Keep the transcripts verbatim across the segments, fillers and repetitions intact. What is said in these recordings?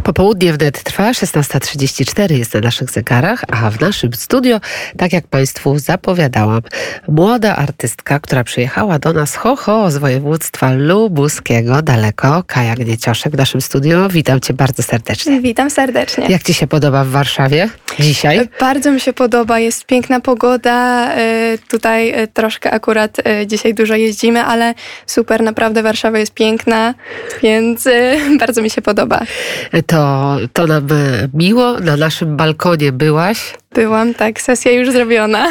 Popołudnie wnet trwa, szesnasta trzydzieści cztery jest na naszych zegarach, a w naszym studio, tak jak Państwu zapowiadałam, młoda artystka, która przyjechała do nas ho, ho z województwa lubuskiego, daleko, Kaja Gniecioszek w naszym studiu. Witam Cię bardzo serdecznie. Witam serdecznie. Jak Ci się podoba w Warszawie dzisiaj? Bardzo mi się podoba, jest piękna pogoda, tutaj troszkę akurat dzisiaj dużo jeździmy, ale super, naprawdę Warszawa jest piękna, więc bardzo mi się podoba. To, to nam miło, na naszym balkonie byłaś. Byłam, tak, sesja już zrobiona.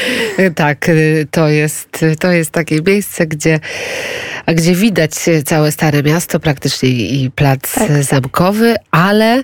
Tak, to jest, to jest takie miejsce, gdzie, gdzie widać całe Stare Miasto, praktycznie i plac tak. Zamkowy, ale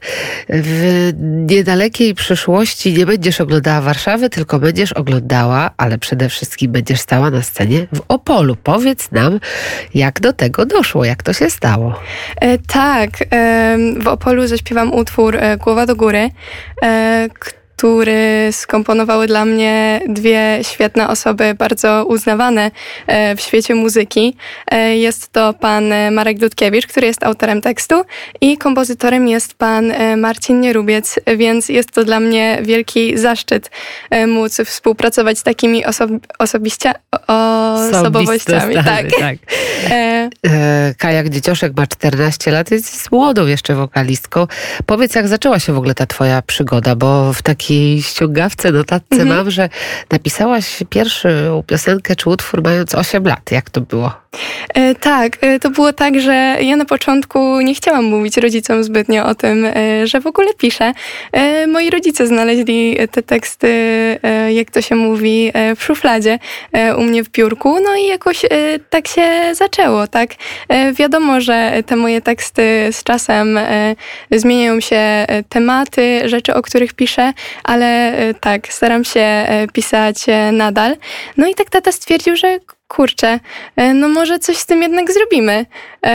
w niedalekiej przyszłości nie będziesz oglądała Warszawy, tylko będziesz oglądała, ale przede wszystkim będziesz stała na scenie w Opolu. Powiedz nam, jak do tego doszło, jak to się stało. E, tak, e, w Opolu zaśpiewam utwór e, Głowa do góry, e, który skomponowały dla mnie dwie świetne osoby, bardzo uznawane w świecie muzyki. Jest to pan Marek Dudkiewicz, który jest autorem tekstu, i kompozytorem jest pan Marcin Nierubiec, więc jest to dla mnie wielki zaszczyt móc współpracować z takimi osob- osobiście osobowościami. Tak. tak. E... Kaja Gniecioszek ma czternaście lat, jest młodą jeszcze wokalistką. Powiedz, jak zaczęła się w ogóle ta twoja przygoda, bo w takiej ściągawce, notatce mm-hmm. mam, że napisałaś pierwszą piosenkę czy utwór mając osiem lat. Jak to było? E, tak, e, to było tak, że ja na początku nie chciałam mówić rodzicom zbytnio o tym, e, że w ogóle piszę. E, moi rodzice znaleźli te teksty, e, jak to się mówi, e, w szufladzie e, u mnie w biurku, no i jakoś e, tak się zaczęło, tak? E, wiadomo, że te moje teksty z czasem e, zmieniają się e, tematy, rzeczy, o których piszę, ale e, tak, staram się e, pisać e, nadal. No i tak tata stwierdził, że kurczę, no może coś z tym jednak zrobimy.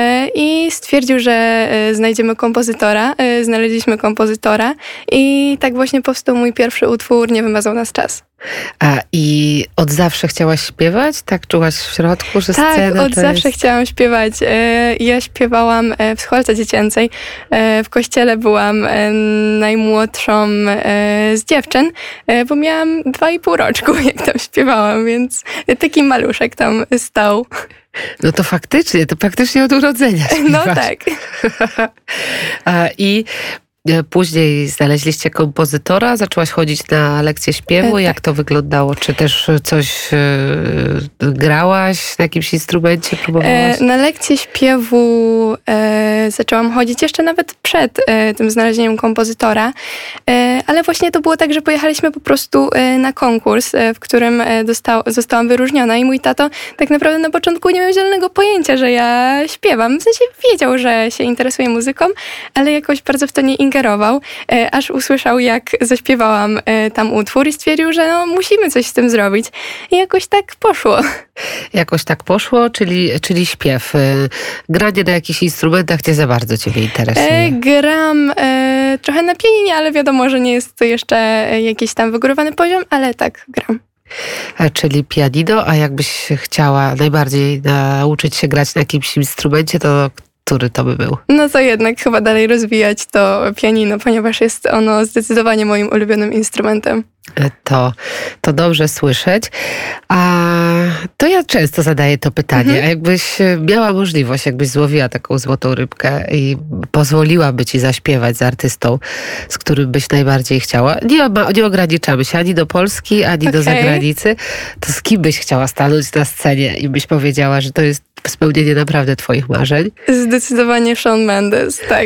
I stwierdził, że znajdziemy kompozytora. Znaleźliśmy kompozytora i tak właśnie powstał mój pierwszy utwór Nie wymazał nas czas. A i od zawsze chciałaś śpiewać? Tak czułaś w środku, że tak, scena Tak, od to zawsze jest... chciałam śpiewać. Ja śpiewałam w szkolce dziecięcej. W kościele byłam najmłodszą z dziewczyn, bo miałam dwa i pół roczku, jak tam śpiewałam, więc taki maluszek tam stał. No to faktycznie, to praktycznie od urodzenia śpiewasz. No tak. I później znaleźliście kompozytora, zaczęłaś chodzić na lekcje śpiewu. E, Jak tak. to wyglądało? Czy też coś e, grałaś na jakimś instrumencie, próbowałaś? E, na lekcje śpiewu e, zaczęłam chodzić jeszcze nawet przed e, tym znalezieniem kompozytora, e, ale właśnie to było tak, że pojechaliśmy po prostu e, na konkurs, e, w którym e, dostał, zostałam wyróżniona i mój tato tak naprawdę na początku nie miał zielonego pojęcia, że ja śpiewam. W sensie wiedział, że się interesuję muzyką, ale jakoś bardzo w to nie ingerował, e, aż usłyszał, jak zaśpiewałam e, tam utwór i stwierdził, że no, musimy coś z tym zrobić. I jakoś tak poszło. Jakoś tak poszło, czyli, czyli śpiew. Granie na jakichś instrumentach nie za bardzo Ciebie interesuje? E, gram e, trochę na pianinie, ale wiadomo, że nie jest to jeszcze jakiś tam wygórowany poziom, ale tak, gram. A, czyli pianino, a jakbyś chciała najbardziej nauczyć się grać na jakimś instrumencie, to który to by był? No to jednak chyba dalej rozwijać to pianino, ponieważ jest ono zdecydowanie moim ulubionym instrumentem. To, to dobrze słyszeć. A to ja często zadaję to pytanie. Mhm. A jakbyś miała możliwość, jakbyś złowiła taką złotą rybkę i pozwoliłaby ci zaśpiewać z artystą, z którym byś najbardziej chciała, nie, nie ograniczamy się ani do Polski, ani okay. do zagranicy, to z kim byś chciała stanąć na scenie i byś powiedziała, że to jest spełnienie naprawdę twoich marzeń? Zdecydowanie Shawn Mendes, tak.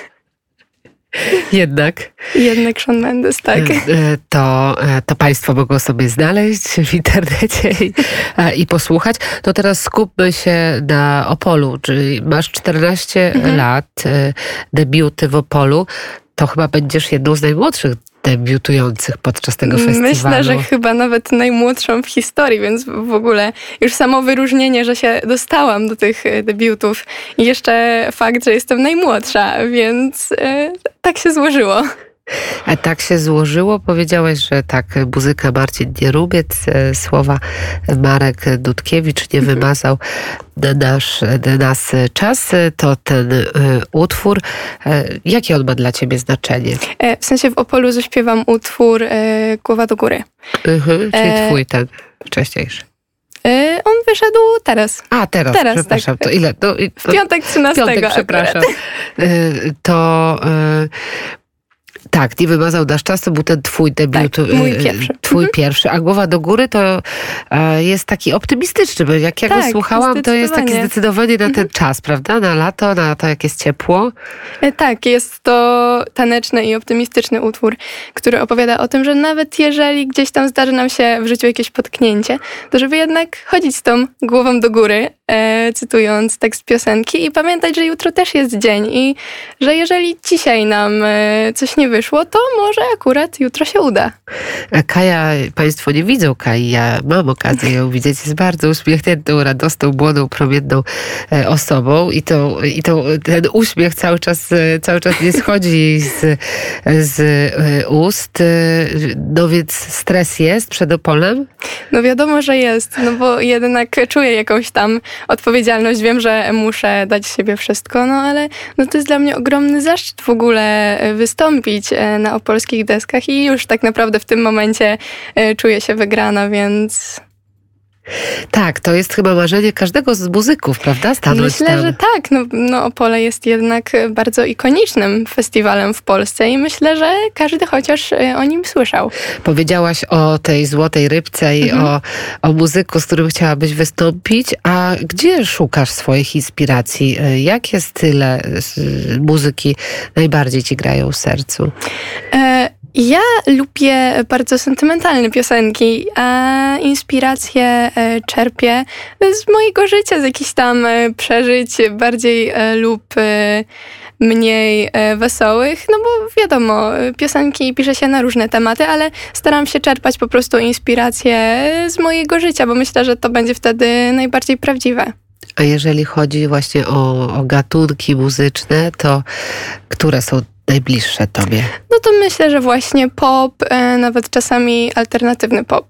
Jednak. Jednak Shawn Mendes, tak. To, to Państwo mogą sobie znaleźć w internecie i, i posłuchać. To teraz skupmy się na Opolu. Czyli masz czternaście mhm. lat, debiuty w Opolu. To chyba będziesz jedną z najmłodszych debiutujących podczas tego festiwalu. Myślę, że chyba nawet najmłodszą w historii, więc w ogóle już samo wyróżnienie, że się dostałam do tych debiutów i jeszcze fakt, że jestem najmłodsza, więc e, tak się złożyło. A tak się złożyło, powiedziałaś, że tak, muzyka Marcin Nierubiec, słowa Marek Dudkiewicz nie wymazał na, nasz, na nas czas. To ten y, utwór. Jaki on ma dla ciebie znaczenie? W sensie w Opolu zaśpiewam utwór y, Głowa do góry. Mhm, czyli e... twój ten wcześniejszy. On wyszedł teraz. A, teraz, teraz przepraszam. Tak. To ile? To, to, w piątek trzynastego. Piątek, przepraszam. To... Tak, nie wymazał nasz czas, to był ten twój debiut. Tak, mój pierwszy. Twój mhm. pierwszy, a Głowa do góry to jest taki optymistyczny, bo jak ja tak, go słuchałam, to jest taki zdecydowanie na ten mhm. czas, prawda? Na lato, na to, jak jest ciepło. Tak, jest to taneczny i optymistyczny utwór, który opowiada o tym, że nawet jeżeli gdzieś tam zdarzy nam się w życiu jakieś potknięcie, to żeby jednak chodzić z tą głową do góry, e, cytując tekst piosenki, i pamiętać, że jutro też jest dzień i że jeżeli dzisiaj nam e, coś nie wyszło, to może akurat jutro się uda. Kaja, państwo nie widzą Kai, ja mam okazję ją widzieć, jest bardzo uśmiechniętą, radosną, młodą, promienną e, osobą i, to, i to, ten uśmiech cały czas, cały czas nie schodzi jej z, z e, ust. No więc stres jest przed Opolem? No wiadomo, że jest, no bo jednak czuję jakąś tam odpowiedzialność, wiem, że muszę dać siebie wszystko, no ale no to jest dla mnie ogromny zaszczyt w ogóle wystąpić na opolskich deskach i już tak naprawdę w tym momencie czuję się wygrana, więc... Tak, to jest chyba marzenie każdego z muzyków, prawda? Stanąć Myślę, tam. że tak. No, no Opole jest jednak bardzo ikonicznym festiwalem w Polsce i myślę, że każdy chociaż o nim słyszał. Powiedziałaś o tej Złotej Rybce i mhm. o, o muzyku, z którym chciałabyś wystąpić, a gdzie szukasz swoich inspiracji? Jakie style muzyki najbardziej ci grają w sercu? E Ja lubię bardzo sentymentalne piosenki, a inspirację czerpię z mojego życia, z jakichś tam przeżyć bardziej lub mniej wesołych, no bo wiadomo, piosenki pisze się na różne tematy, ale staram się czerpać po prostu inspirację z mojego życia, bo myślę, że to będzie wtedy najbardziej prawdziwe. A jeżeli chodzi właśnie o, o gatunki muzyczne, to które są najbliższe tobie? No to myślę, że właśnie pop, nawet czasami alternatywny pop.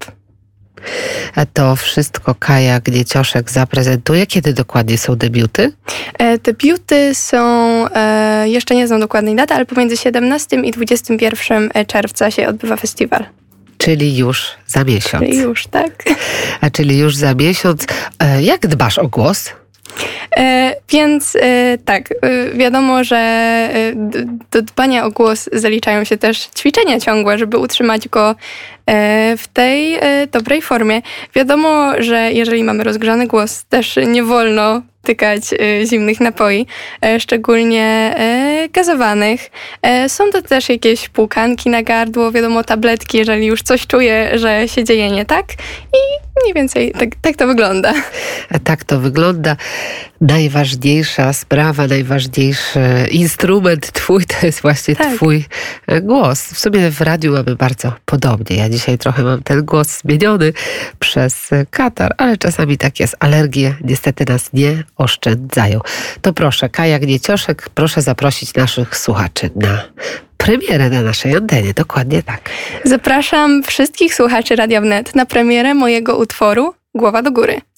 A to wszystko Kaja Gniecioszek zaprezentuje. Kiedy dokładnie są debiuty? E, debiuty są, e, jeszcze nie znam dokładnej daty, ale pomiędzy siedemnastego i dwudziestego pierwszego czerwca się odbywa festiwal. Czyli już za miesiąc. Czyli już, tak. A czyli już za miesiąc. E, jak dbasz o głos? E, więc e, tak, e, wiadomo, że e, do dbania o głos zaliczają się też ćwiczenia ciągłe, żeby utrzymać go e, w tej e, dobrej formie. Wiadomo, że jeżeli mamy rozgrzany głos, też nie wolno tykać e, zimnych napoi, e, szczególnie e, gazowanych. E, są to też jakieś płukanki na gardło, wiadomo, tabletki, jeżeli już coś czuję, że się dzieje nie tak, i mniej więcej tak, tak to wygląda. A tak to wygląda. Najważniejsza sprawa, najważniejszy instrument twój to jest właśnie tak. twój głos. W sumie w radiu mamy bardzo podobnie. Ja dzisiaj trochę mam ten głos zmieniony przez katar, ale czasami tak jest. Alergie niestety nas nie oszczędzają. To proszę, Kaja Gniecioszek, proszę zaprosić naszych słuchaczy na premierę na naszej antenie. Dokładnie tak. Zapraszam wszystkich słuchaczy Radia Wnet na premierę mojego utworu Głowa do góry.